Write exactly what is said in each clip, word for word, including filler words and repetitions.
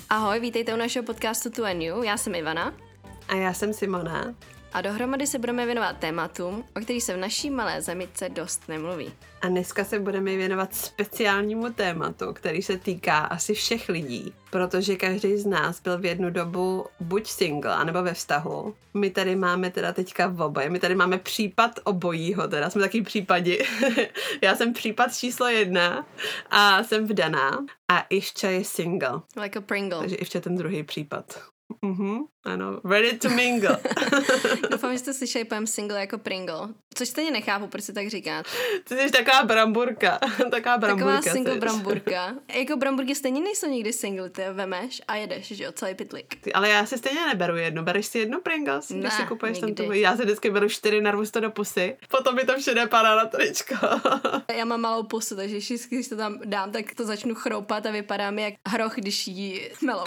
Ahoj, vítejte u našeho podcastu Tu and You. Já jsem Ivana. A já jsem Simona. A dohromady se budeme věnovat tématům, o kterých se v naší malé zemice dost nemluví. A dneska se budeme věnovat speciálnímu tématu, který se týká asi všech lidí, protože každý z nás byl v jednu dobu buď single, anebo ve vztahu. My tady máme teda teďka oboje, my tady máme případ obojího, teda jsme taky případi. Já jsem případ číslo jedna a jsem vdaná a Ivča je single. Like a Pringle. Takže Ivča ten druhý případ. Mhm, ano, ready to mingle. Doufám, že jste slyšeli pojem single jako Pringle, což stejně nechápu, proč se tak říká. Ty jsi taková bramburka, taková bramburka. Taková single jsi. bramburka. Jako bramburky stejně nejsou nikdy single, ty vemeš a jedeš, že jo, celý pytlík. Ty, ale já si stejně neberu jedno, bereš si jedno Pringles, Ne, když si kupuješ tam nikdy. tu, já si vždycky beru čtyři, narvu si to do pusy, potom mi to všude padá na tričko. Já mám malou pusu, takže vždycky, když to tam dám, tak to začnu chroupat a vypadá mi jak hroch, když jí melou.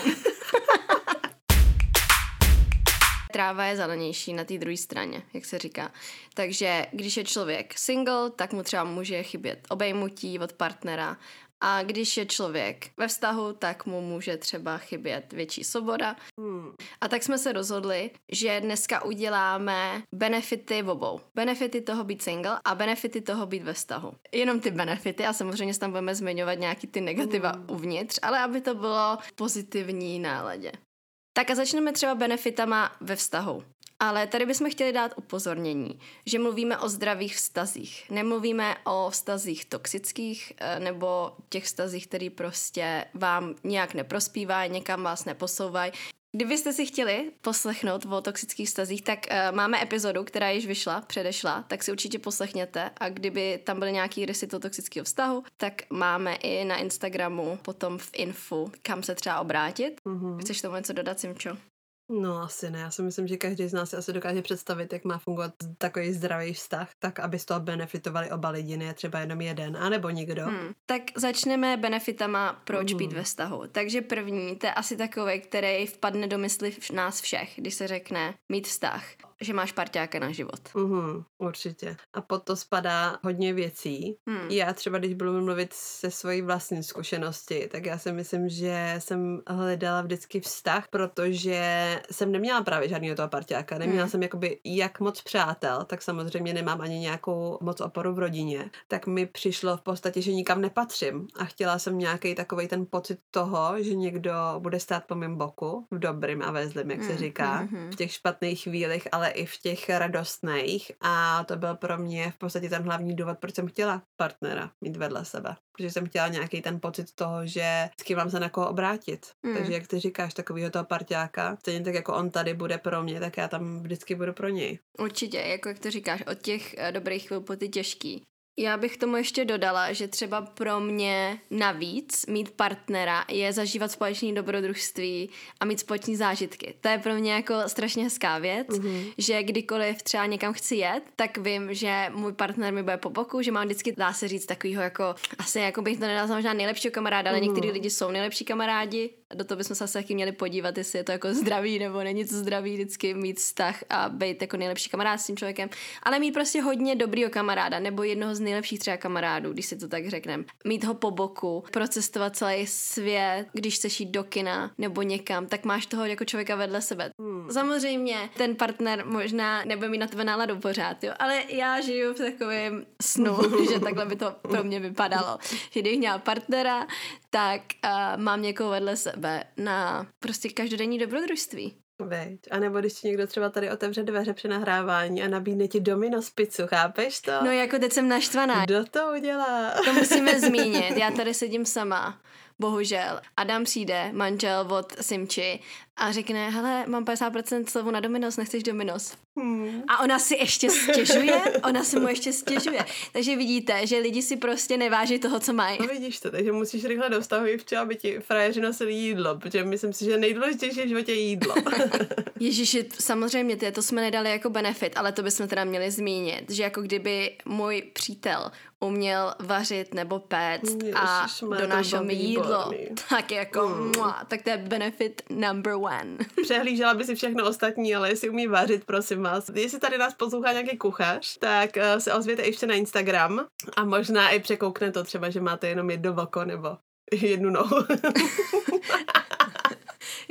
Tráva je zelenější na té druhé straně, jak se říká. Takže když je člověk single, tak mu třeba může chybět obejmutí od partnera. A když je člověk ve vztahu, tak mu může třeba chybět větší svoboda. Hmm. A tak jsme se rozhodli, že dneska uděláme benefity obou. Benefity toho být single a benefity toho být ve vztahu. Jenom ty benefity a samozřejmě se tam budeme zmiňovat nějaký ty negativa Hmm. uvnitř, ale aby to bylo pozitivní náladě. Tak a začneme třeba benefitama ve vztahu. Ale tady bychom chtěli dát upozornění, že mluvíme o zdravých vztazích. Nemluvíme o vztazích toxických nebo těch vztazích, který prostě vám nějak neprospívají, někam vás neposouvají. Kdybyste si chtěli poslechnout o toxických vztazích, tak uh, máme epizodu, která již vyšla, předešla, tak si určitě poslechněte a kdyby tam byly nějaký rysy toho toxického vztahu, tak máme i na Instagramu, potom v infu, kam se třeba obrátit. Mm-hmm. Chceš tomu něco dodat, Simčo? No asi ne, já si myslím, že každý z nás si asi dokáže představit, jak má fungovat takový zdravý vztah, tak aby z toho benefitovali oba lidi, ne třeba jenom jeden, anebo nikdo. Hmm. Tak začneme benefitama, proč Mhm. být ve vztahu. Takže první, to je asi takový, který vpadne do mysli nás všech, když se řekne mít vztah, že máš parťáka na život. Mhm, určitě. A pod to spadá hodně věcí. Hmm. Já třeba, když budu mluvit se svojí vlastní zkušenosti, tak já si myslím, že jsem hledala vždycky vztah, protože jsem neměla právě žádného toho parťáka. Neměla Hmm. jsem jakoby jak moc přátel, tak samozřejmě nemám ani nějakou moc oporu v rodině. Tak mi přišlo v podstatě, že nikam nepatřím a chtěla jsem nějaký takovej ten pocit toho, že někdo bude stát po mém boku, v dobrým a ve zlým, jak se Hmm, říká, hmm, hmm. v těch špatných chvílích, ale i v těch radostných. A to byl pro mě v podstatě ten hlavní důvod, proč jsem chtěla partnera mít vedle sebe. Protože jsem chtěla nějaký ten pocit toho, že vždycky mám se na koho obrátit. Mm. Takže jak ty říkáš, takovýho toho parťáka, stejně tak jako on tady bude pro mě, tak já tam vždycky budu pro něj. Určitě, jako jak to říkáš, od těch eh, dobrých chvil po ty těžký. Já bych tomu ještě dodala, že třeba pro mě navíc mít partnera je zažívat společné dobrodružství a mít společné zážitky. To je pro mě jako strašně hezká věc, Mm-hmm. že kdykoliv třeba někam chci jet, tak vím, že můj partner mi bude po boku, že mám vždycky, dá se říct, takovýho jako, asi jako bych to nedala možná nejlepšího kamaráda, ale Mhm. některý lidi jsou nejlepší kamarádi. Do toho bychom se asi taky měli podívat, jestli je to jako zdravý nebo není to zdravý vždycky mít vztah a být jako nejlepší kamarád s tím člověkem. Ale mít prostě hodně dobrýho kamaráda nebo jednoho z nejlepších třeba kamarádů, když si to tak řekneme. Mít ho po boku, procestovat celý svět, když chceš jít do kina nebo někam, tak máš toho jako člověka vedle sebe. Hmm. Samozřejmě ten partner možná nebude mít na tebe náladu pořád, jo, ale já žiju v takovém snu, že takhle by to pro mě vypadalo. Že kdybych měla partnera, tak uh, mám někoho vedle sebe na prostě každodenní dobrodružství. Veď. A nebo když ti někdo třeba tady otevře dveře při nahrávání a nabídne ti Domino's pizzu, chápeš to? No jako teď jsem naštvaná. Kdo to udělá? To musíme zmínit. Já tady sedím sama. Bohužel. Adam přijde, manžel od Simči a řekne, hele, mám padesát procent slevu na Domino's, nechceš Domino's? Hmm. A ona si ještě stěžuje? Ona si mu ještě stěžuje. Takže vidíte, že lidi si prostě neváží toho, co mají. No vidíš to, takže musíš rychle do vztahu Ivče, aby ti frajeři nosili jídlo, protože myslím si, že nejdůležitější v životě je jídlo. Ježiši, samozřejmě, ty, to jsme nedali jako benefit, ale to bychom teda měli zmínit, že jako kdyby můj přítel uměl vařit nebo péct a Ježišmarja, donášel to mi bylo jídlo, výborný. tak jako, Mm. mua, tak to je benefit number one. Přehlížela by si všechno ostatní, ale jestli umí vařit, prosím vás. Jestli tady nás poslouchá nějaký kuchař, tak uh, se ozvěte ještě na Instagram a možná i překoukne to třeba, že máte jenom jedno oko nebo jednu nohu.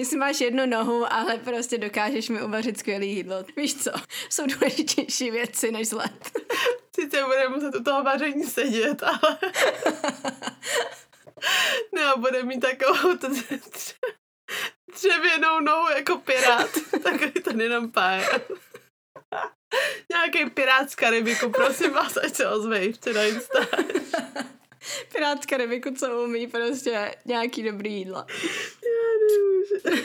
jestli máš jednu nohu, ale prostě dokážeš mi uvařit skvělý jídlo. Víš co, jsou důležitější věci než let. Sice bude muset u toho vaření sedět, ale... No, bude mít takovou dřevěnou nohu jako pirát. Takový ten jenom páje. Nějaký pirát z Karibiku, prosím vás, ať se ozve ještě na Instač. Pirát z Karibiku, co umí prostě nějaký dobrý jídla. Já nemůžu.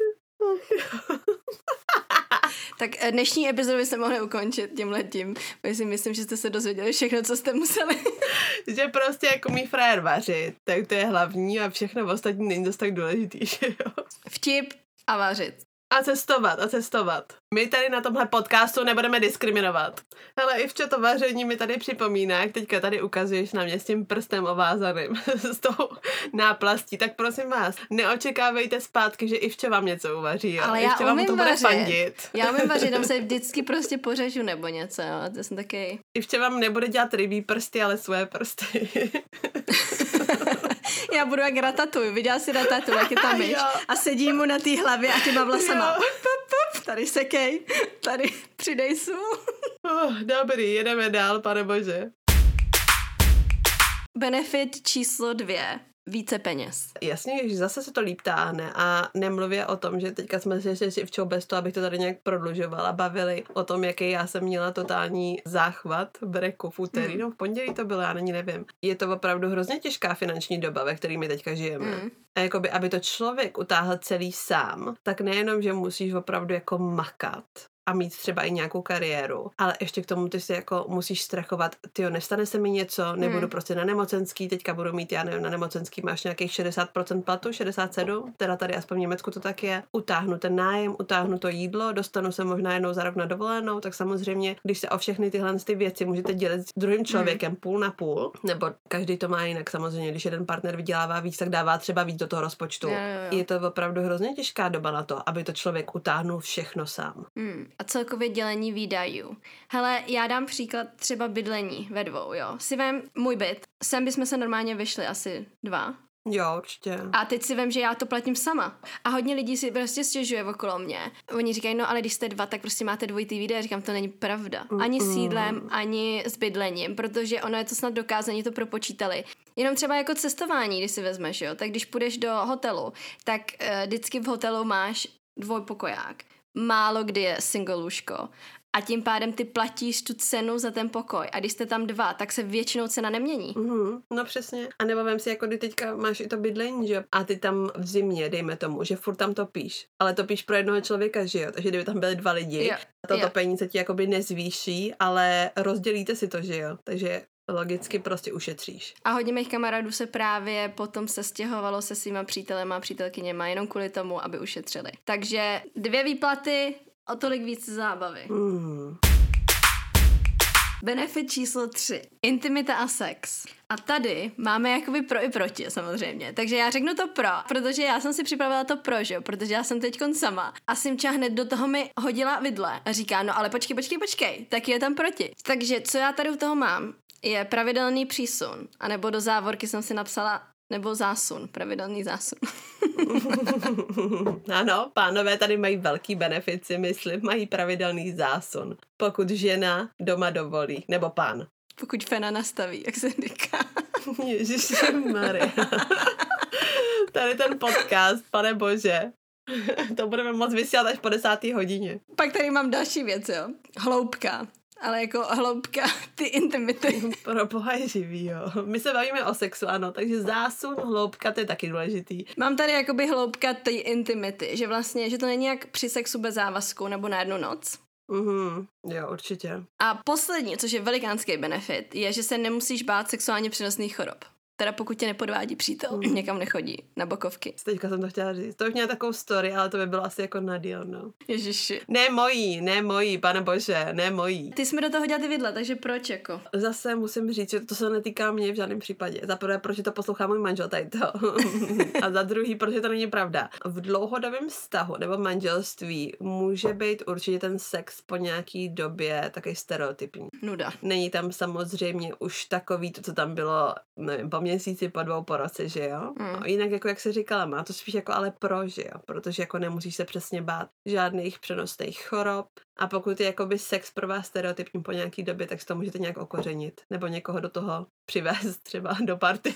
Tak dnešní epizodu se mohli ukončit tímhletím. Já si myslím, že jste se dozvěděli všechno, co jste museli. Že prostě jako mý frajer vařit, tak to je hlavní a všechno ostatní není dost tak důležitý, že jo? Vtip a vařit. A cestovat, a cestovat. My tady na tomhle podcastu nebudeme diskriminovat. Ale i včetně to vaření mi tady připomíná, jak teďka tady ukazuješ na mě s tím prstem ovázaným, s tou náplastí, tak prosím vás, neočekávejte zpátky, že Ivče vám něco uvaří, jo? Ale já Ivče vám umím to bude vařit. fandit. Já umím vařit, tam se vždycky prostě pořežu nebo něco, jo, to jsem taky... Ivče vám nebude dělat rybí prsty, ale svoje prsty. Já budu jak Ratatouille, viděla jsi Ratatouille, jak je tam myš a sedí mu na té hlavě a těma vlasama. Pup, pup, tady sekej, tady přidej sůl. Oh, dobrý, jedeme dál, pane bože. Benefit číslo dvě. Více peněz. Jasně, že zase se to líp táhne a nemluvě o tom, že teďka jsme se ještě včou bez toho, abych to tady nějak prodlužovala, bavili o tom, jaký já jsem měla totální záchvat breku v úterý, mm. no v pondělí to bylo, já ani nevím. Je to opravdu hrozně těžká finanční doba, ve které my teďka žijeme. Mm. A jakoby, aby to člověk utáhl celý sám, tak nejenom, že musíš opravdu jako makat a mít třeba i nějakou kariéru, ale ještě k tomu ty si jako musíš strachovat, tyjo, nestane se mi něco, nebudu hmm. prostě na nemocenský, teďka budu mít, já nevím, na nemocenský máš nějakých šedesát procent platu, šedesát sedm procent, teda tady aspoň v Německu to tak je, utáhnu ten nájem, utáhnu to jídlo, dostanu se možná jednou za rok na dovolenou, tak samozřejmě, když se o všechny tyhle ty věci můžete dělit s druhým člověkem hmm. půl na půl, nebo každý to má jinak, samozřejmě, když jeden partner vydělává víc, tak dává třeba víc do toho rozpočtu. Jo, jo, jo. Je to opravdu hrozně těžká doba na to, aby to člověk utáhnul všechno sám. Hmm. A celkově dělení výdajů. Hele, já dám příklad třeba bydlení ve dvou, jo. Si vem můj byt, sem bychom se normálně vyšli asi dva. Jo, určitě. A teď si vem, že já to platím sama. A hodně lidí si prostě stěžuje okolo mě. Oni říkají, no ale když jste dva, tak prostě máte dvojitý výdaje. Říkám, to není pravda. Ani s jídlem, ani s bydlením, protože ono je to snad dokázané, to propočítali. Jenom třeba jako cestování, když si vezmeš, jo, tak když půjdeš do hotelu, tak uh, vždycky v hotelu máš dvojpokoják. Málo kdy je single lůžko. A tím pádem ty platíš tu cenu za ten pokoj. A když jste tam dva, tak se většinou cena nemění. Mm-hmm, no přesně. A nebo vem si, jako kdy teďka máš i to bydlení, že? A ty tam v zimě, dejme tomu, že furt tam topíš. Ale topíš pro jednoho člověka, že jo? Takže kdyby tam byly dva lidi, jo, toto jo. peníze ti jakoby nezvýší, ale rozdělíte si to, že jo? Takže logicky prostě ušetříš. A hodně mých kamarádů se právě potom se stěhovalo se svýma přítelema a přítelkyněma jenom kvůli tomu, aby ušetřili. Takže dvě výplaty, o tolik víc zábavy. Mm. Benefit číslo tři. Intimita a sex. A tady máme jakoby pro i proti, samozřejmě. Takže já řeknu to pro, protože já jsem si připravila to pro, že jo, protože já jsem teďkon sama. A Simča hned do toho mi hodila vidle a říká, no ale počkej, počkej, počkej, tak je tam proti. Takže co já tady u toho mám, je pravidelný přísun, anebo do závorky jsem si napsala nebo zásun, pravidelný zásun. Ano, pánové tady mají velký benefici, myslím, mají pravidelný zásun. Pokud žena doma dovolí, nebo pán. Pokud fena nastaví, jak se říká. Ježišmarja. Tady ten podcast, pane bože. To budeme moc vysílat až po desáté hodině. Pak tady mám další věc, jo. Hloubka. Ale jako hloubka, ty intimity. Pro boha je živý, jo. My se bavíme o sexu, ano, takže zásun, hloubka, to je taky důležitý. Mám tady jakoby hloubka ty intimity, že vlastně, že to není jak při sexu bez závazku nebo na jednu noc. Mhm, jo, určitě. A poslední, což je velikánský benefit, je, že se nemusíš bát sexuálně přenosných chorob. Teda pokud tě nepodvádí přítel, mm. někam nechodí na bokovky. Teďka jsem to chtěla říct. To bych měla takovou story, ale to by bylo asi jako na díl, no. Ježiši. Ne mojí, ne mojí, pane bože, ne mojí. Ty jsi mi do toho dělal ty vidle, takže proč jako? Zase musím říct, že to se netýká mě v žádném případě. Za prvé, protože to poslouchá můj manžel tady to. A za druhý, protože to není pravda. V dlouhodobém vztahu nebo manželství může být určitě ten sex po nějaký době takový stereotypní. Nuda. Není tam samozřejmě už takový to, co tam bylo, nevím, po měsíci, po dvou, po roce, že jo? Mm. No, jinak jako jak se říkala, má to spíš jako ale pro, že jo? Protože jako nemusíš se přesně bát žádných přenosných chorob a pokud je jakoby sex pro vás stereotypní po nějaký době, tak si to můžete nějak okořenit nebo někoho do toho přivést třeba do party.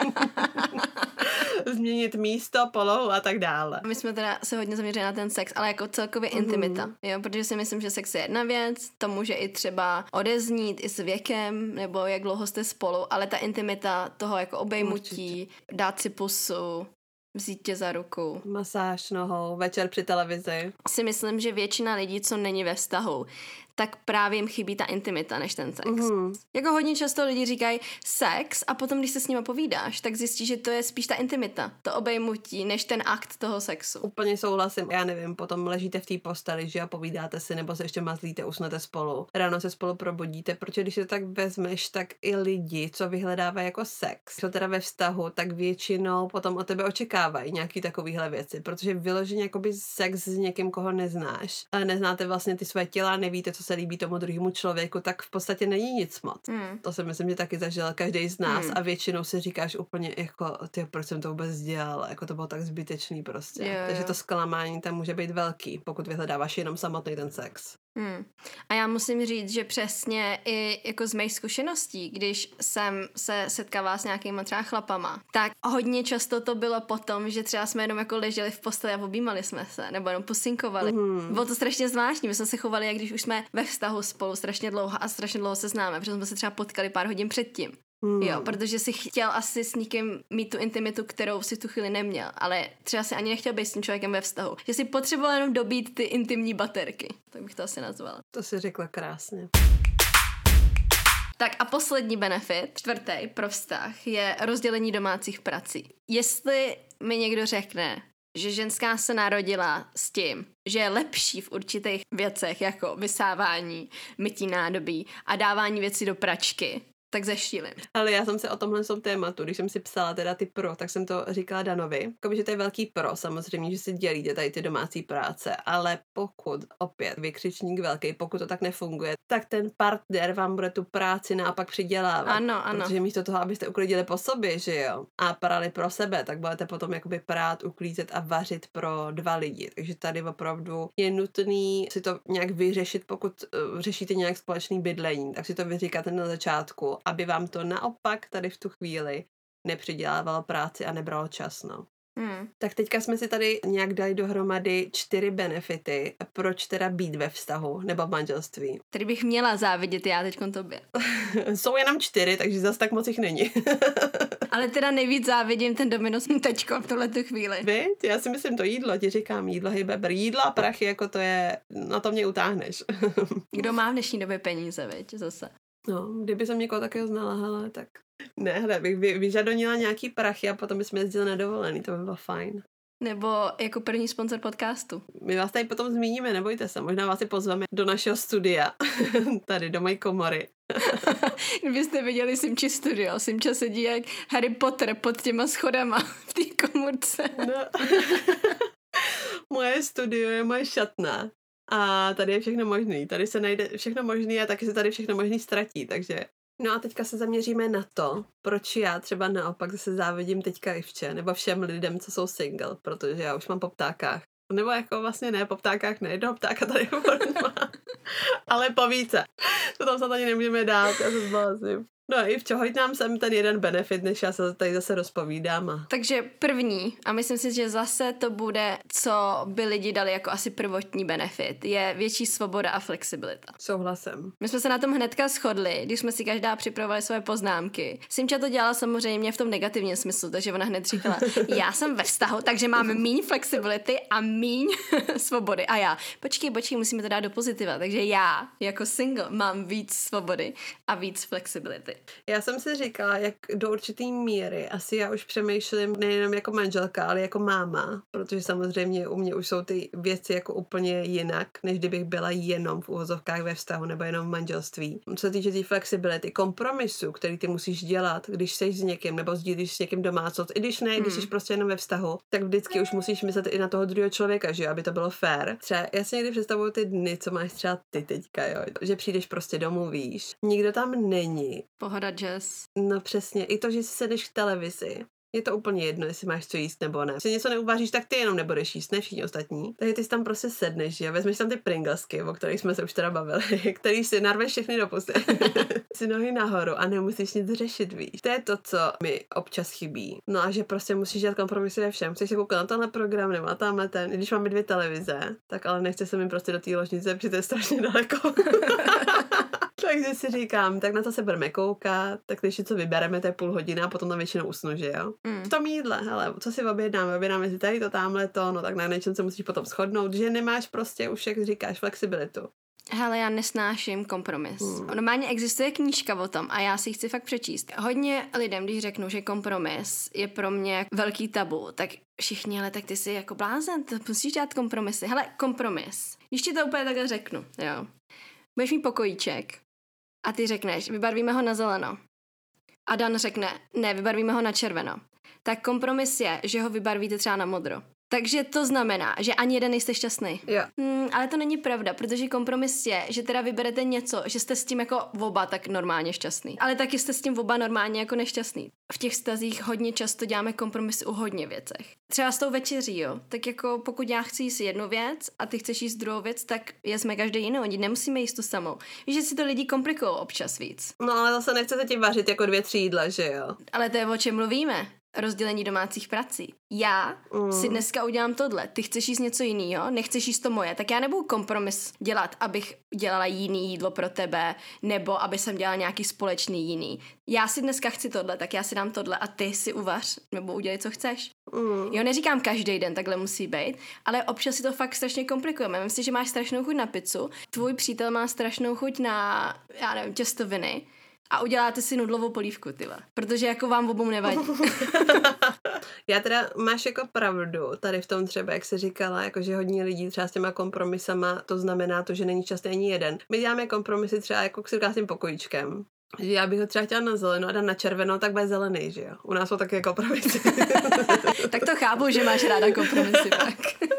Změnit místo, polohu a tak dále. My jsme teda se hodně zaměřili na ten sex, ale jako celkově mm. intimita, jo, protože si myslím, že sex je jedna věc, to může i třeba odeznít i s věkem, nebo jak dlouho jste spolu, ale ta intimita toho jako obejmutí, určitě. Dát si pusu, vzít tě za ruku. Masáž nohou, večer při televizi. Si myslím, že většina lidí, co není ve vztahu, tak právě jim chybí ta intimita než ten sex. Mm-hmm. Jako hodně často lidi říkají sex a potom, když se s nimi povídáš, tak zjistíš, že to je spíš ta intimita, to obejmutí, než ten akt toho sexu. Úplně souhlasím. Já nevím, potom ležíte v té posteli, že a povídáte si, nebo se ještě mazlíte, usnete spolu. Ráno se spolu probudíte, protože když se to tak vezmeš, tak i lidi, co vyhledávají jako sex, co teda ve vztahu, tak většinou potom od tebe očekávají nějaký takovýhle věci, protože vyloženě jakoby sex s někým, koho neznáš, a neznáte vlastně ty své těla, nevíte, co se líbí tomu druhému člověku, tak v podstatě není nic moc. Mm. To si myslím, že taky zažil každý z nás mm. a většinou si říkáš úplně jako, ty, proč jsem to vůbec dělal, jako to bylo tak zbytečný prostě. Jo, Takže jo. to zklamání tam může být velký, pokud vyhledáváš jenom samotný ten sex. Hmm. A já musím říct, že přesně i jako z mých zkušeností, když jsem se setkávala s nějakýma třeba chlapama, tak hodně často to bylo potom, že třeba jsme jenom jako leželi v posteli a objímali jsme se, nebo jenom pusinkovali. Mm. Bylo to strašně zvláštní, my jsme se chovali, jak když už jsme ve vztahu spolu strašně dlouho a strašně dlouho se známe, protože jsme se třeba potkali pár hodin předtím. Hmm. Jo, protože si chtěl asi s někým mít tu intimitu, kterou si tu chvíli neměl, ale třeba si ani nechtěl být s tím člověkem ve vztahu. Že si potřeboval jenom dobít ty intimní baterky. Tak bych to asi nazvala. To si řekla krásně. Tak a poslední benefit, čtvrtý pro vztah, je rozdělení domácích prací. Jestli mi někdo řekne, že ženská se narodila s tím, že je lepší v určitých věcech, jako vysávání, mytí nádobí a dávání věcí do pračky, tak zeštílim. Ale já jsem se o tomhle tématu, když jsem si psala teda ty pro, tak jsem to říkala Danovi. Jakoby, že to je velký pro, samozřejmě, že si dělíte tady ty domácí práce, ale pokud, opět, vykřičník velký, pokud to tak nefunguje, tak ten partner vám bude tu práci naopak přidělávat. Ano, ano. Protože místo toho, abyste uklidili po sobě, že jo, a prali pro sebe, tak budete potom jakoby prát, uklízet a vařit pro dva lidi. Takže tady opravdu je nutný si to nějak vyřešit, pokud uh, řešíte nějak společný bydlení, tak si to vyříkáte na začátku, aby vám to naopak tady v tu chvíli nepřidělávalo práci a nebralo čas, no. Hmm. Tak teďka jsme si tady nějak dali dohromady čtyři benefity, proč teda být ve vztahu nebo v manželství. Tady bych měla závidět já teďkon tobě. Jsou jenom čtyři, takže zase tak moc jich není. Ale teda nejvíc závidím ten Dominos teďko v tuhletu chvíli. Víď? Já si myslím to jídlo, ti říkám jídlo, hejbeber. Jídlo a prachy, jako to je, na to mě utáhneš. Kdo má v dnešní době peníze, viď, zase. No, kdyby jsem někoho takového znala, hele, tak ne, hele, bych vy, vyžadonila nějaký prachy a potom bychom jezdili na dovolený, to by bylo fajn. Nebo jako první sponsor podcastu. My vás tady potom zmíníme, nebojte se, možná vás i pozveme do našeho studia, tady do mojí komory. Kdybyste viděli Simči studio, Simča sedí jak Harry Potter pod těma schodama v té komůrce. No. Moje studio je moje šatna. A tady je všechno možný. Tady se najde všechno možný a taky se tady všechno možný ztratí, takže... No a teďka se zaměříme na to, proč já třeba naopak zase závidím teďka Ivče, nebo všem lidem, co jsou single, protože já už mám po ptákách. Nebo jako vlastně ne, po ptákách ne, jednoho ptáka tady má. Ale po více. To tam snad ani nemůžeme dát, já se zblázním. No Ivčo, hoď nám sem ten jeden benefit, než já se tady zase rozpovídám. A... Takže první, a myslím si, že zase to bude, co by lidi dali jako asi prvotní benefit, je větší svoboda a flexibilita. Souhlasím. My jsme se na tom hnedka shodli, když jsme si každá připravovali své poznámky. Simča to dělala samozřejmě v tom negativním smyslu, takže ona hned říkala, já jsem ve vztahu, takže mám míň flexibility a míň svobody. A já, počkej, počkej, musíme to dát do pozitiva, takže já jako single mám víc svobody a víc flexibility. Já jsem si říkala, jak do určitý míry, asi já už přemýšlím nejenom jako manželka, ale jako máma, protože samozřejmě u mě už jsou ty věci jako úplně jinak, než kdybych byla jenom v uvozovkách ve vztahu nebo jenom v manželství. Co se týče té flexibility, kompromisu, který ty musíš dělat, když jsi s někým nebo sdílíš s někým domácnost, i když ne, hmm. když jsi prostě jenom ve vztahu, tak vždycky už musíš myslet i na toho druhého člověka, že jo, aby to bylo fair. Třeba já si někdy představuju ty dny, co máš třeba ty teďka, jo, že přijdeš prostě domů, víš, nikdo tam není. pohoda, jazz. No přesně, i to, že si sedneš k televizi. Je to úplně jedno, jestli máš co jíst nebo ne. Když něco neuvaříš, tak ty jenom nebudeš jíst, ne všichni ostatní. Takže ty si tam prostě sedneš, že? Vezmeš tam ty pringlesky, o kterých jsme se už teda bavili, který si narveš všechny do pusy. Si nohy nahoru a nemusíš nic řešit, víš. To je to, co mi občas chybí. No a že prostě musíš dělat kompromisy ve všem. Chceš se koukat na tenhle program nebo na tamhle ten. I když máme dvě televize, tak ale nechce se mi prostě do té ložnice, protože to je strašně daleko. Takže si říkám, tak na to se budeme koukat, tak když něco vybereme, to je půl hodina a potom tam většinou usnu, že jo? Mm. V tom jídle, hele, co si objednáme? Objednáme si tady to, tamhle to, no tak na něčem se musíš potom shodnout, že nemáš prostě už, jak říkáš, flexibilitu. Hele, já nesnáším kompromis. Mm. Normálně existuje knížka o tom a já si ji chci fakt přečíst. Hodně lidem, když řeknu, že kompromis je pro mě velký tabu, tak všichni, ale tak ty jsi jako blázen, to musíš dělat kompromisy. Hele, kompromis. Když ti to úplně takhle řeknu, jo. Budeš mít pokojíček a ty řekneš, vybarvíme ho na zeleno. A Dan řekne, ne, vybarvíme ho na červeno. Tak kompromis je, že ho vybarvíte třeba na modro. Takže to znamená, že ani jeden nejste šťastný. Jo. Hmm, ale to není pravda, protože kompromis je, že teda vyberete něco, že jste s tím jako oba tak normálně šťastný. Ale taky jste s tím oba normálně jako nešťastný. V těch vztazích hodně často děláme kompromisy u hodně věcech. Třeba s tou večeří, jo. Tak jako pokud já chci jíst jednu věc a ty chceš jíst druhou věc, tak jesme každý jinou. Oni nemusíme jíst tu samou. Víš, že si to lidi komplikují občas víc. No ale zase nechcete ti vařit jako dvě, tři jídla, že jo? Ale to je o čem mluvíme. Rozdělení domácích prací. Já mm. si dneska udělám tohle. Ty chceš jíst něco jiného, nechceš jíst to moje, tak já nebudu kompromis dělat, abych dělala jiný jídlo pro tebe, nebo aby jsem dělala nějaký společný jiný. Já si dneska chci tohle, tak já si dám tohle a ty si uvař, nebo udělej, co chceš. Mm. Jo, neříkám každý den, takhle musí být, ale občas si to fakt strašně komplikujeme. Myslím si, že máš strašnou chuť na pizzu, tvůj přítel má strašnou chuť na, já nevím, těstoviny, a uděláte si nudlovou polívku, tyhle. Protože jako vám obou nevadí. Já teda máš jako pravdu tady v tom třeba, jak se říkala, jako že hodně lidí třeba s těma kompromisama, to znamená to, že není častý ani jeden. My děláme kompromisy třeba jako s tím pokojíčkem. Že já bych ho třeba chtěla na zeleno a dát na červeno, tak bude zelený, že jo? U nás jsou taky kompromisy. Tak to chápu, že máš ráda kompromisy pak.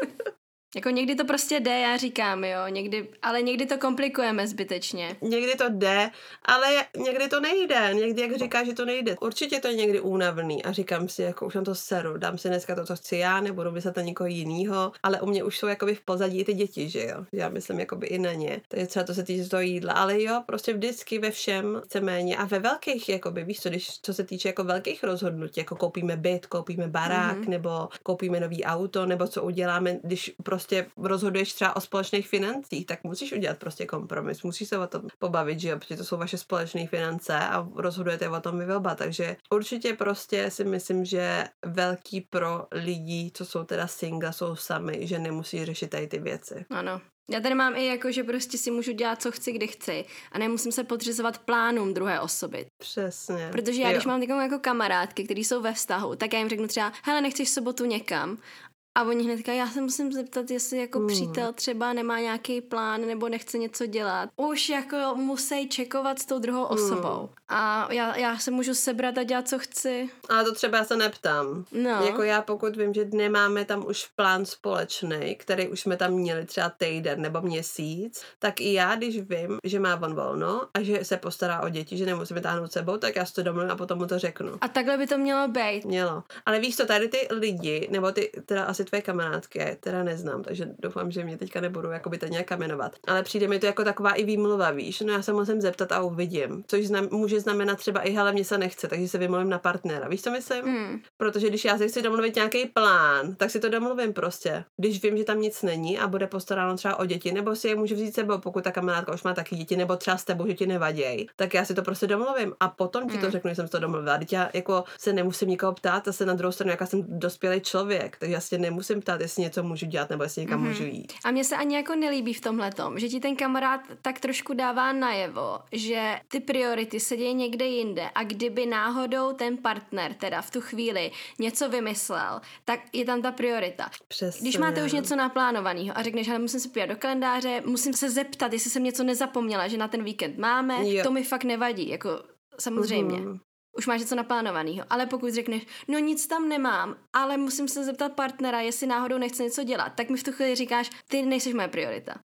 Jako někdy to prostě jde, já říkám, jo, někdy, ale někdy to komplikujeme zbytečně. Někdy to jde, ale někdy to nejde. Někdy, jak říkáš, že to nejde. Určitě to je někdy únavný a říkám si, jako už na to seru, dám si dneska to, co chci já, nebudu myslet na někoho jinýho, ale u mě už jsou jakoby v pozadí i ty děti, že jo. Já myslím jakoby i na ně. Takže třeba to se týče toho jídla, ale jo, prostě vždycky ve všem chce méně a ve velkých, jakoby, víš co, když co se týče jako velkých rozhodnutí, jako koupíme byt, koupíme barák, mm-hmm. nebo koupíme nový auto, nebo co uděláme, když prostě rozhoduješ třeba o společných financích, tak musíš udělat prostě kompromis, musíš se o tom pobavit, že jo, protože to jsou vaše společné finance a rozhodujete o tom vy oba, takže určitě prostě si myslím, že velký pro lidi, co jsou teda single, jsou sami, že nemusí řešit tady ty věci. Ano. Já tady mám i jako, že prostě si můžu dělat, co chci, kdy chci a nemusím se podřizovat plánům druhé osoby. Přesně. Protože já, jo. když mám takovou jako kamarádky, který jsou ve vztahu, tak já jim řeknu třeba, hele, nechceš sobotu někam? A oni hned říkají, já se musím zeptat, jestli jako mm. přítel třeba nemá nějaký plán nebo nechce něco dělat. Už jako musí čekovat s tou druhou osobou. Mm. A já, já se můžu sebrat a dělat, co chci. Ale to třeba já se neptám. No. Jako já pokud vím, že nemáme tam už plán společný, který už jsme tam měli třeba týden nebo měsíc, tak i já, když vím, že má on volno a že se postará o děti, že nemusíme táhnout sebou, tak já si to domluvím a potom mu to řeknu. A takhle by to mělo být. Mělo. Ale víš co, tady ty lidi, nebo ty teda asi tvoje kamarádky, já je teda neznám, takže doufám, že mě teďka nebudou jakoby to nějak kamenovat. Ale přijde mi to jako taková i výmluva, víš, no já se musím zeptat a uvidím, což znam, může znamenat třeba i hele, mě se nechce, takže se vymluvím na partnera. Víš, co myslím? Mm. Protože když já si chci domluvit nějaký plán, tak si to domluvím prostě. Když vím, že tam nic není a bude postaráno třeba o děti, nebo si je můžu vzít sebou, pokud ta kamarádka už má taky děti, nebo třeba s tebou, že ti nevaděj, tak já si to prostě domluvím a potom ti mm. to řeknu, že jsem si to domluvila. Teď já jako se nemusím nikoho ptát, a se na druhou stranu, jaká jsem dospělý člověk, takže já si nemusím ptát, jestli něco můžu dělat nebo jestli někam mm-hmm. můžu jít. A mně se ani jako nelíbí v tomhletom, že ti ten kamarád tak trošku dává najevo, že ty priority se dějí někde jinde a kdyby náhodou ten partner teda v tu chvíli něco vymyslel, tak je tam ta priorita. Přesně. Když máte už něco naplánovaného a řekneš, ale musím se podívat do kalendáře, musím se zeptat, jestli jsem něco nezapomněla, že na ten víkend máme, jo. To mi fakt nevadí, jako samozřejmě. Mm-hmm. Už máš něco naplánovaného, ale pokud řekneš, no nic tam nemám, ale musím se zeptat partnera, jestli náhodou nechce něco dělat, tak mi v tu chvíli říkáš, ty nejseš moje priorita.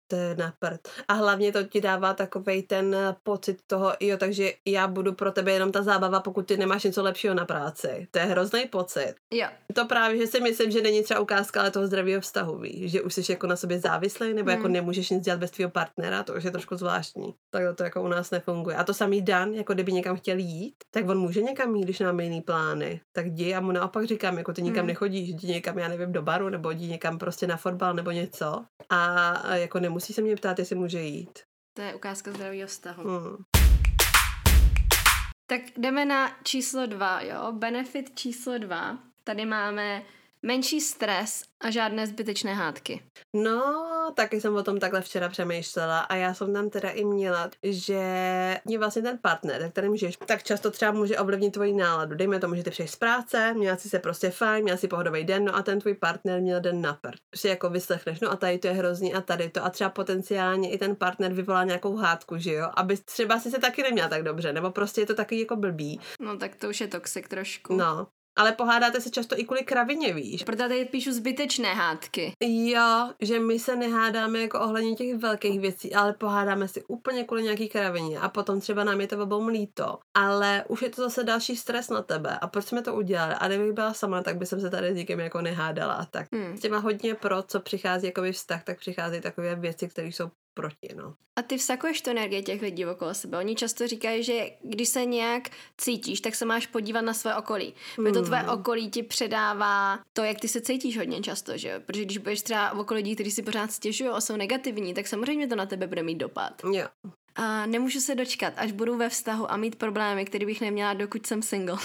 To je na prd. A hlavně to ti dává takovej ten pocit toho, jo, takže já budu pro tebe jenom ta zábava, pokud ty nemáš něco lepšího na práci. To je hrozný pocit. Jo. To právě, že si myslím, že není třeba ukázka ale toho zdravého vztahu, víš, že už jsi jako na sobě závislý, nebo hmm. jako nemůžeš nic dělat bez tvýho partnera, to už je trošku zvláštní. Tak to jako u nás nefunguje. A to samý Dan, jako kdyby někam chtěl jít, tak on může někam jít, když máme jiný plány. Tak jdi a mu naopak říkám, jako ty nikam hmm. nechodíš, jdi někam, já nevím, do baru, nebo jdi někam prostě na fotbal nebo něco. A, a jako nemusí se mě ptát, jestli může jít. To je ukázka zdravého vztahu. Hmm. Tak jdeme na číslo dva, jo? Benefit číslo dva. Tady máme menší stres a žádné zbytečné hádky. No, taky jsem o tom takhle včera přemýšlela a já jsem tam teda i měla, že mě vlastně ten partner, se kterým žiješ, tak často třeba může ovlivnit tvoji náladu. Dejme tomu, že ty přijdeš z práce, měla si se prostě fajn, měla si pohodový den, no a ten tvůj partner měl den na prd. Si jako vyslechneš, no a tady to je hrozný a tady to a třeba potenciálně i ten partner vyvolá nějakou hádku, že jo, aby třeba si se taky neměla tak dobře, nebo prostě je to taky jako blbý. No tak to už je toxic trošku. No. Ale pohádáte se často i kvůli kravině, víš. Proto tady píšu zbytečné hádky. Jo, že my se nehádáme jako ohledně těch velkých věcí, ale pohádáme si úplně kvůli nějaký kravině a potom třeba nám je to obou mlíto. Ale už je to zase další stres na tebe. A proč jsme to udělali? A kdybych byla sama, tak bych se tady s nikým jako nehádala a tak. Hmm. S těma hodně pro, co přichází jako vztah, tak přichází takové věci, které jsou proti, no. A ty vsakuješ tu energii těch lidí okolo sebe. Oni často říkají, že když se nějak cítíš, tak se máš podívat na své okolí. Protože to tvoje okolí ti předává to, jak ty se cítíš hodně často, že jo? Protože když budeš třeba v okolí lidí, kteří si pořád stěžují a jsou negativní, tak samozřejmě to na tebe bude mít dopad. Jo. A nemůžu se dočkat, až budu ve vztahu a mít problémy, které bych neměla, dokud jsem single.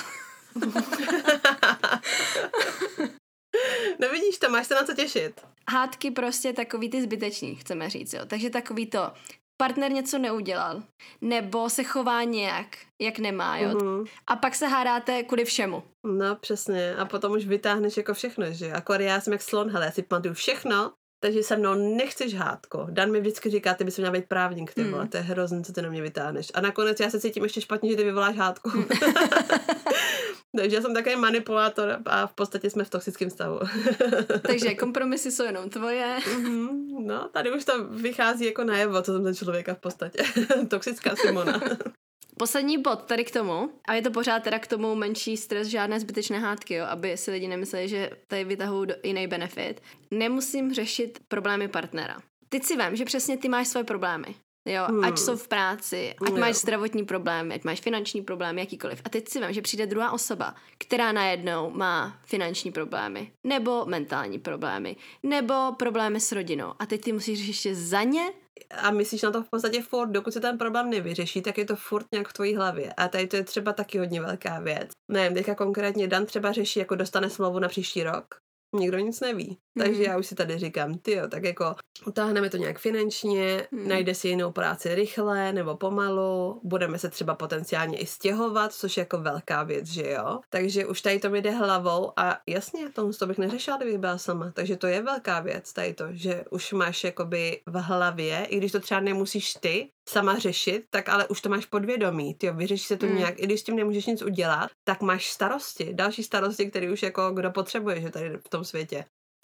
No vidíš to, máš se na co těšit. Hádky prostě takový ty zbyteční, chceme říct, jo. Takže takový to, partner něco neudělal, nebo se chová nějak, jak nemá, jo. Mm-hmm. A pak se hádáte kvůli všemu. No přesně, a potom už vytáhneš jako všechno, že? Akor já jsem jak slon, hele, já si pamatuju všechno, takže se mnou nechceš hádko. Dan mi vždycky říká, ty bys měla být právník, ty vole, mm. to je hrozný, co ty na mě vytáhneš. A nakonec já se cítím ještě špatně, že ty vyvoláš hádku. Mm. Takže já jsem takový manipulátor a v podstatě jsme v toxickém stavu. Takže kompromisy jsou jenom tvoje. Mm-hmm. No, tady už to vychází jako najevo, co jsem ten člověka v podstatě. Toxická Simona. Poslední bod tady k tomu, a je to pořád teda k tomu menší stres, žádné zbytečné hádky, jo, aby si lidi nemysleli, že tady vytahují jiný benefit. Nemusím řešit problémy partnera. Teď si vem, že přesně ty máš svoje problémy. Jo, hmm. ať jsou v práci, ať jo. máš zdravotní problémy, ať máš finanční problémy, jakýkoliv. A teď si vem, že přijde druhá osoba, která najednou má finanční problémy, nebo mentální problémy, nebo problémy s rodinou. A teď ty musíš řešit ještě za ně. A myslíš na to v podstatě furt, dokud se ten problém nevyřeší, tak je to furt nějak v tvojí hlavě. A tady to je třeba taky hodně velká věc. Nevím, teďka konkrétně Dan třeba řeší, jako dostane smlouvu na příští rok. Nikdo nic neví. Takže já už si tady říkám, tyjo, tak jako utáhneme to nějak finančně, hmm. najde si jinou práci rychle nebo pomalu, budeme se třeba potenciálně i stěhovat, což je jako velká věc, že jo. Takže už tady to mi jde hlavou a jasně, tomu to bych neřešila, kdybych byla sama. Takže to je velká věc tady to, že už máš jakoby v hlavě, i když to třeba nemusíš ty sama řešit, tak ale už to máš podvědomí, tyjo, vyřeší se to hmm. nějak, i když s tím nemůžeš nic udělat, tak máš starosti, další starosti, které už jako kdo potřebuje, že tady v tom světě.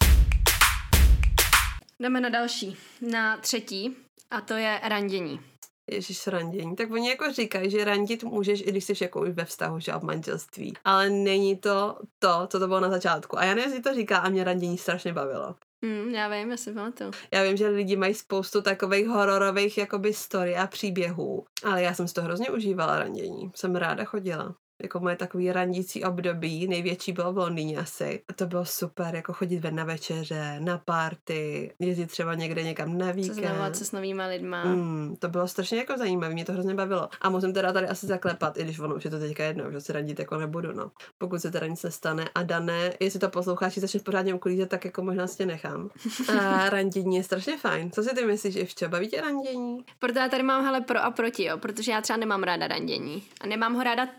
Jdeme na další, na třetí, a to je randění. Ježiš, randění. Tak oni jako říkají, že randit můžeš, i když jsi jako už ve vztahu, že v manželství. Ale není to to, co to bylo na začátku. A já nevím, jestli to říká, a mě randění strašně bavilo. Mm, já vím, já si pamatuju. Já vím, že lidi mají spoustu takových hororových jakoby story a příběhů, ale já jsem si to hrozně užívala randění. Jsem ráda chodila. Jako moje takový randící období, největší bylo v Londýně asi. A to bylo super, jako chodit ven na večeře, na party, jezdit třeba někde někam na víkend. Seznamovat se s novýma lidma. Mm, to bylo strašně jako zajímavé, mě to hrozně bavilo. A musím teda tady asi zaklepat, i když ono už je to teďka jedno, že si randit jako nebudu, no. Pokud se teda nic nestane. A Dané, jestli to posloucháš, začneš pořádně uklízet, tak jako možná si tě nechám. A randění je strašně fajn. Co si ty myslíš, Ivčo, baví tě randění? Proto já tady mám hele pro a proti, jo, protože já třeba nemám ráda randění. A nemám ho ráda teďko.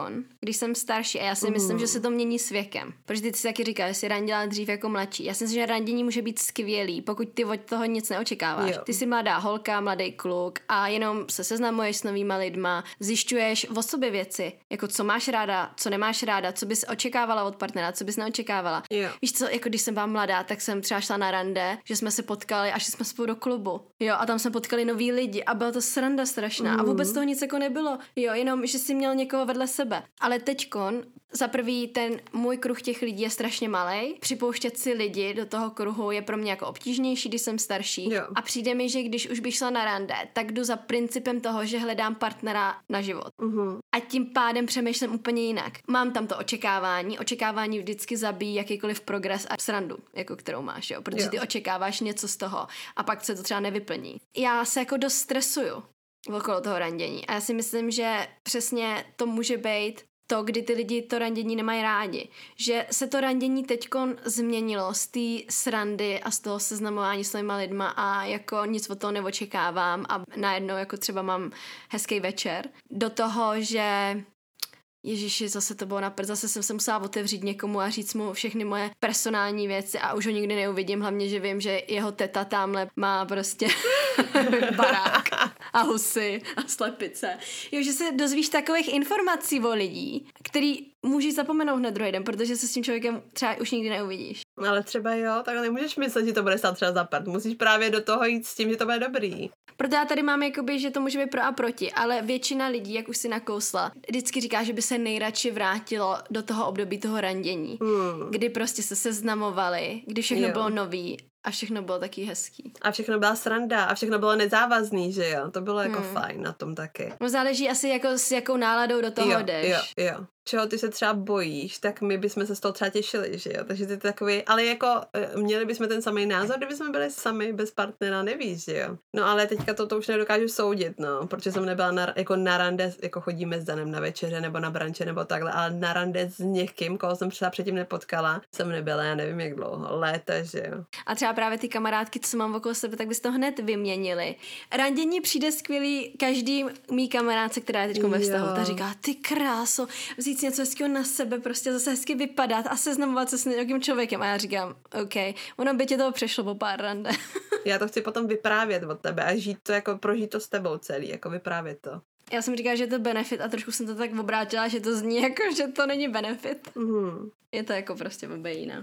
teďkon, když jsem starší, a já si mm. myslím, že se to mění s věkem. Protože ty si taky říkáš, že jsi randila dřív jako mladší. Já si myslím, že randění může být skvělý, pokud ty od toho nic neočekáváš. Jo. Ty jsi mladá holka, mladý kluk a jenom se seznamuješ s novýma lidma, zjišťuješ o sobě věci, jako co máš ráda, co nemáš ráda, co bys očekávala od partnera, co bys neočekávala. Jo. Víš co, jako když jsem byla mladá, tak jsem třeba šla na rande, že jsme se potkali a šli jsme spolu do klubu. Jo, a tam jsme potkali nový lidi a byla to sranda strašná mm. a vůbec toho nic jako nebylo. Jo, jenom, že jsi měl někoho vedle sebe. Ale teďkon, za prvý ten můj kruh těch lidí je strašně malej. Připouštět si lidi do toho kruhu je pro mě jako obtížnější, když jsem starší. Jo. A přijde mi, že když už bych šla na rande, tak jdu za principem toho, že hledám partnera na život. Uh-huh. A tím pádem přemýšlím úplně jinak. Mám tam to očekávání. Očekávání vždycky zabíjí jakýkoliv progres a srandu, jako kterou máš, jo. Protože jo. ty očekáváš něco z toho a pak se to třeba nevyplní. Já se jako dost stresuju okolo toho randění. A já si myslím, že přesně to může být to, kdy ty lidi to randění nemají rádi. Že se to randění teďkon změnilo z té srandy a z toho seznamování s těma lidma a jako nic od toho neočekávám a najednou jako třeba mám hezký večer do toho, že Ježiši, zase to bylo napřed, zase jsem se musela otevřít někomu a říct mu všechny moje personální věci a už ho nikdy neuvidím, hlavně, že vím, že jeho teta tamhle má prostě barák a husy a slepice. Jo, že se dozvíš takových informací o lidí, který můžeš zapomenout hned druhý den, protože se s tím člověkem třeba už nikdy neuvidíš. Ale třeba jo, tak nemůžeš myslet, že to bude stát třeba za prd. Musíš právě do toho jít s tím, že to bude dobrý. Proto já tady mám jakoby, že to může být pro a proti, ale většina lidí, jak už si nakousla, vždycky říká, že by se nejradši vrátilo do toho období toho randění, hmm. kdy prostě se seznamovali, kdy všechno jo. bylo nový a všechno bylo taky hezký. A všechno byla sranda a všechno bylo nezávazný, že jo? To bylo jako hmm. fajn na tom taky. No záleží asi jako s jakou náladou do toho jo, jdeš. Jo, jo. Čeho ty se třeba bojíš, tak my bychom se z toho třeba těšili, že jo? Takže ty takový, ale jako měli bychom ten samý názor, kdybychom byli sami bez partnera, nevíš, že jo? No ale teďka to, to už nedokážu soudit, no, protože jsem nebyla na, jako na rande, jako chodíme s Danem na večeře nebo na branče nebo takhle, ale na rande s někým, koho jsem třeba předtím nepotkala, jsem nebyla, já nevím jak dlouho, léta, že jo? A třeba právě ty kamarádky, co mám okolo sebe, tak bys to hned vyměnili. Randění přijde skvělý každý mý kamarádce, která je teď ve vztahu, ta říká, ty kráso, vzít si něco hezkého na sebe, prostě zase hezky vypadat a seznamovat se s nějakým člověkem. A já říkám, OK, ono by tě toho přešlo po pár rande. Já to chci potom vyprávět od tebe a žít to, jako prožít to s tebou celý, jako vyprávět to. Já jsem říkala, že je to benefit a trošku jsem to tak obrátila, že to zní jako, že to není benefit. Mm. Je to jako prostě vůbec jiná.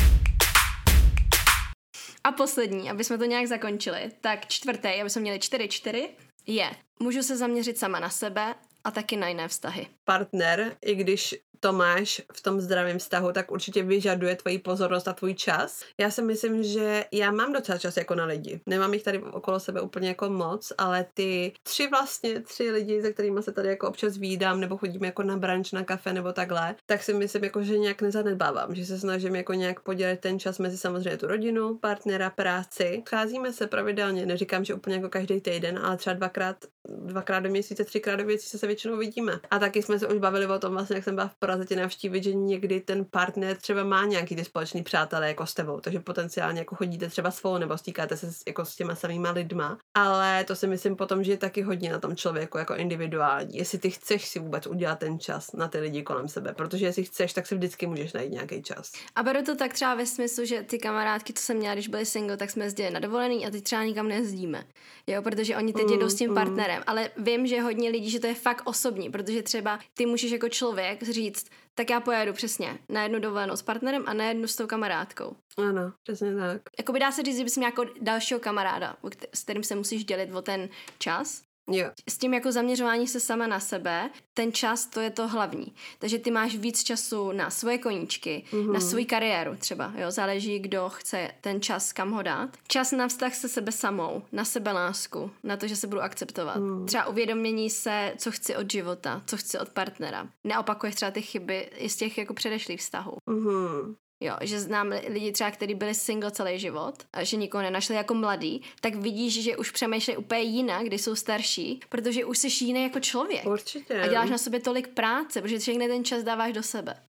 A poslední, aby jsme to nějak zakončili, tak čtvrtý, aby jsme měli čtyři čtyři, je, můžu se zaměřit sama na sebe a taky na jiné vztahy. Partner, i když to máš v tom zdravém vztahu, tak určitě vyžaduje tvoji pozornost a tvůj čas. Já si myslím, že já mám docela čas jako na lidi. Nemám jich tady okolo sebe úplně jako moc, ale ty tři vlastně, tři lidi, se kterými se tady jako občas vídám, nebo chodíme jako na brunch, na kafe nebo takhle, tak si myslím, jako, že nějak nezanedbávám, že se snažím jako nějak podělit ten čas mezi samozřejmě tu rodinu, partnera, práci. Scházíme se pravidelně, neříkám, že úplně jako každý týden, ale třeba dvakrát, dvakrát do měsíce, třikrát do měsíce se většinou vidíme. A taky jsme se už bavili o tom vlastně, jak jsem byla v Praze tě navštívit, že někdy ten partner třeba má nějaký ty společný přátelé jako s tebou, takže potenciálně jako chodíte třeba spolu nebo stýkáte se s, jako s těma samýma lidma, ale to si myslím potom, že je taky hodně na tom člověku jako individuální, jestli ty chceš si vůbec udělat ten čas na ty lidi kolem sebe, protože jestli chceš, tak si vždycky můžeš najít nějaký čas. A beru to tak třeba ve smyslu, že ty kamarádky, co jsem měla, když byly single, tak jsme jezdili na dovolený a teď třeba nikam nejezdíme. Jo, protože oni teď mm, jedou s tím mm. partnerem, ale vím, že hodně lidí, že to je fakt osobní, protože třeba ty můžeš jako člověk říct, tak já pojedu přesně na jednu dovolenou s partnerem a na jednu s tou kamarádkou. Ano, přesně tak. Jakoby dá se říct, že bys měl jako dalšího kamaráda, s kterým se musíš dělit o ten čas. Jo. S tím jako zaměřování se sama na sebe, ten čas, to je to hlavní. Takže ty máš víc času na svoje koníčky, mm-hmm. na svou kariéru třeba, jo, záleží, kdo chce ten čas kam ho dát. Čas na vztah se sebe samou, na sebelásku, na to, že se budu akceptovat. Mm. Třeba uvědomění se, co chci od života, co chci od partnera. Neopakuješ třeba ty chyby i z těch jako předešlých vztahů. Mm-hmm. Jo, že znám lidi třeba, kteří byli single celý život a že nikoho nenašli jako mladý, tak vidíš, že už přemýšlejí úplně jinak, když jsou starší, protože už jsi jiný jako člověk. Určitě. A děláš na sobě tolik práce, protože všechny ten čas dáváš do sebe.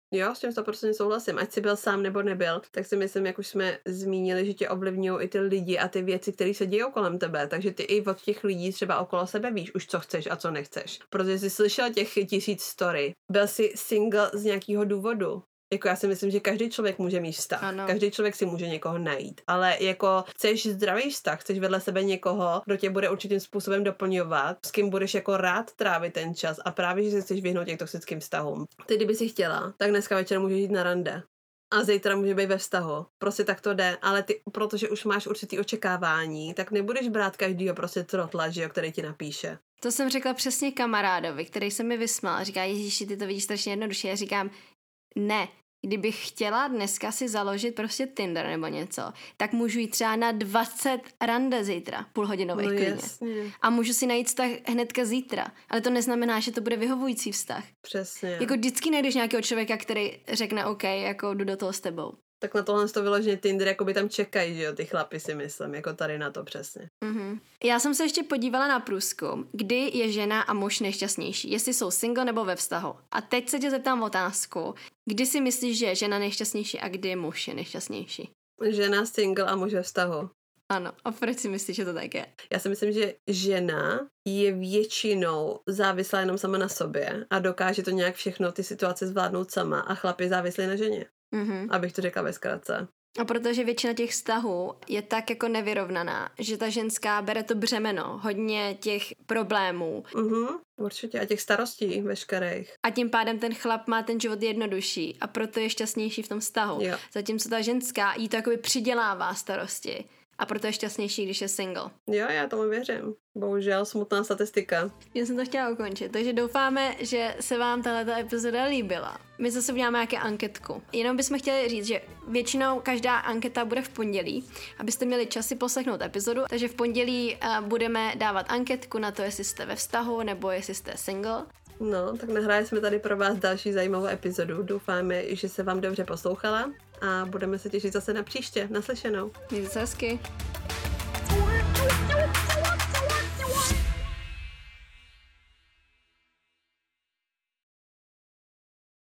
Jo, s tím sto procent souhlasím. Ať jsi byl sám nebo nebyl, tak si myslím, jak už jsme zmínili, že tě ovlivňují i ty lidi a ty věci, které se dějí kolem tebe. Takže ty i od těch lidí třeba okolo sebe víš už, co chceš a co nechceš. Protože jsi slyšel těch tisíc story. Byl jsi single z nějakého důvodu. Jako já si myslím, že každý člověk může mít vztah. Ano. Každý člověk si může někoho najít. Ale jako chceš zdravý vztah, chceš vedle sebe někoho, kdo tě bude určitým způsobem doplňovat, s kým budeš jako rád trávit ten čas a právě, že se chceš vyhnout těch toxickým vztahům. Ty, kdyby si chtěla, tak dneska večer můžeš jít na rande. A zítra může být ve vztahu. Prostě tak to jde, ale ty, protože už máš určitý očekávání, tak nebudeš brát každýho prostě trotla, že jo, který ti napíše. To jsem řekla přesně kamarádovi, který se mi vysmál. Říká, Ježíši, ty to vidíš strašně jednoduše. Já říkám, ne, kdybych chtěla dneska si založit prostě Tinder nebo něco, tak můžu jít třeba na dvacet rande zítra, půlhodinových no klidně. Jasně. A můžu si najít vztah hnedka zítra. Ale to neznamená, že to bude vyhovující vztah. Přesně. Jako vždycky najdeš nějakého člověka, který řekne OK, jako jdu do toho s tebou. Tak na tohle to vyloženě Tinder, jako by tam čekají, že jo, ty chlapi si myslím, jako tady na to přesně. Mm-hmm. Já jsem se ještě podívala na průzkum, kdy je žena a muž nejšťastnější, jestli jsou single nebo ve vztahu. A teď se tě zeptám otázku, kdy si myslíš, že je žena nejšťastnější a kdy muž je nejšťastnější? Žena single a muž ve vztahu. Ano, a proč si myslíš, že to tak je? Já si myslím, že žena je většinou závislá jenom sama na sobě a dokáže to nějak všechno ty situace zvládnout sama a chlap je závislý na ženě. Mm-hmm. Abych to řekla ve zkratce. A protože většina těch vztahů je tak jako nevyrovnaná, že ta ženská bere to břemeno, hodně těch problémů. Mhm, určitě. A těch starostí veškerých. A tím pádem ten chlap má ten život jednodušší a proto je šťastnější v tom vztahu. Jo. Zatímco ta ženská jí to jakoby přidělává starosti. A proto je šťastnější, když je single. Jo, já tomu věřím. Bohužel smutná statistika. Já jsem to chtěla ukončit, takže doufáme, že se vám tato epizoda líbila. My zase uděláme nějaké anketku. Jenom bychom chtěli říct, že většinou každá anketa bude v pondělí, abyste měli čas si poslechnout epizodu, takže v pondělí uh, budeme dávat anketku na to, jestli jste ve vztahu nebo jestli jste single. No, tak nahráli jsme tady pro vás další zajímavou epizodu. Doufáme, že se vám dobře poslouchala a budeme se těšit zase na příště. Naslyšenou. Mějte se hezky.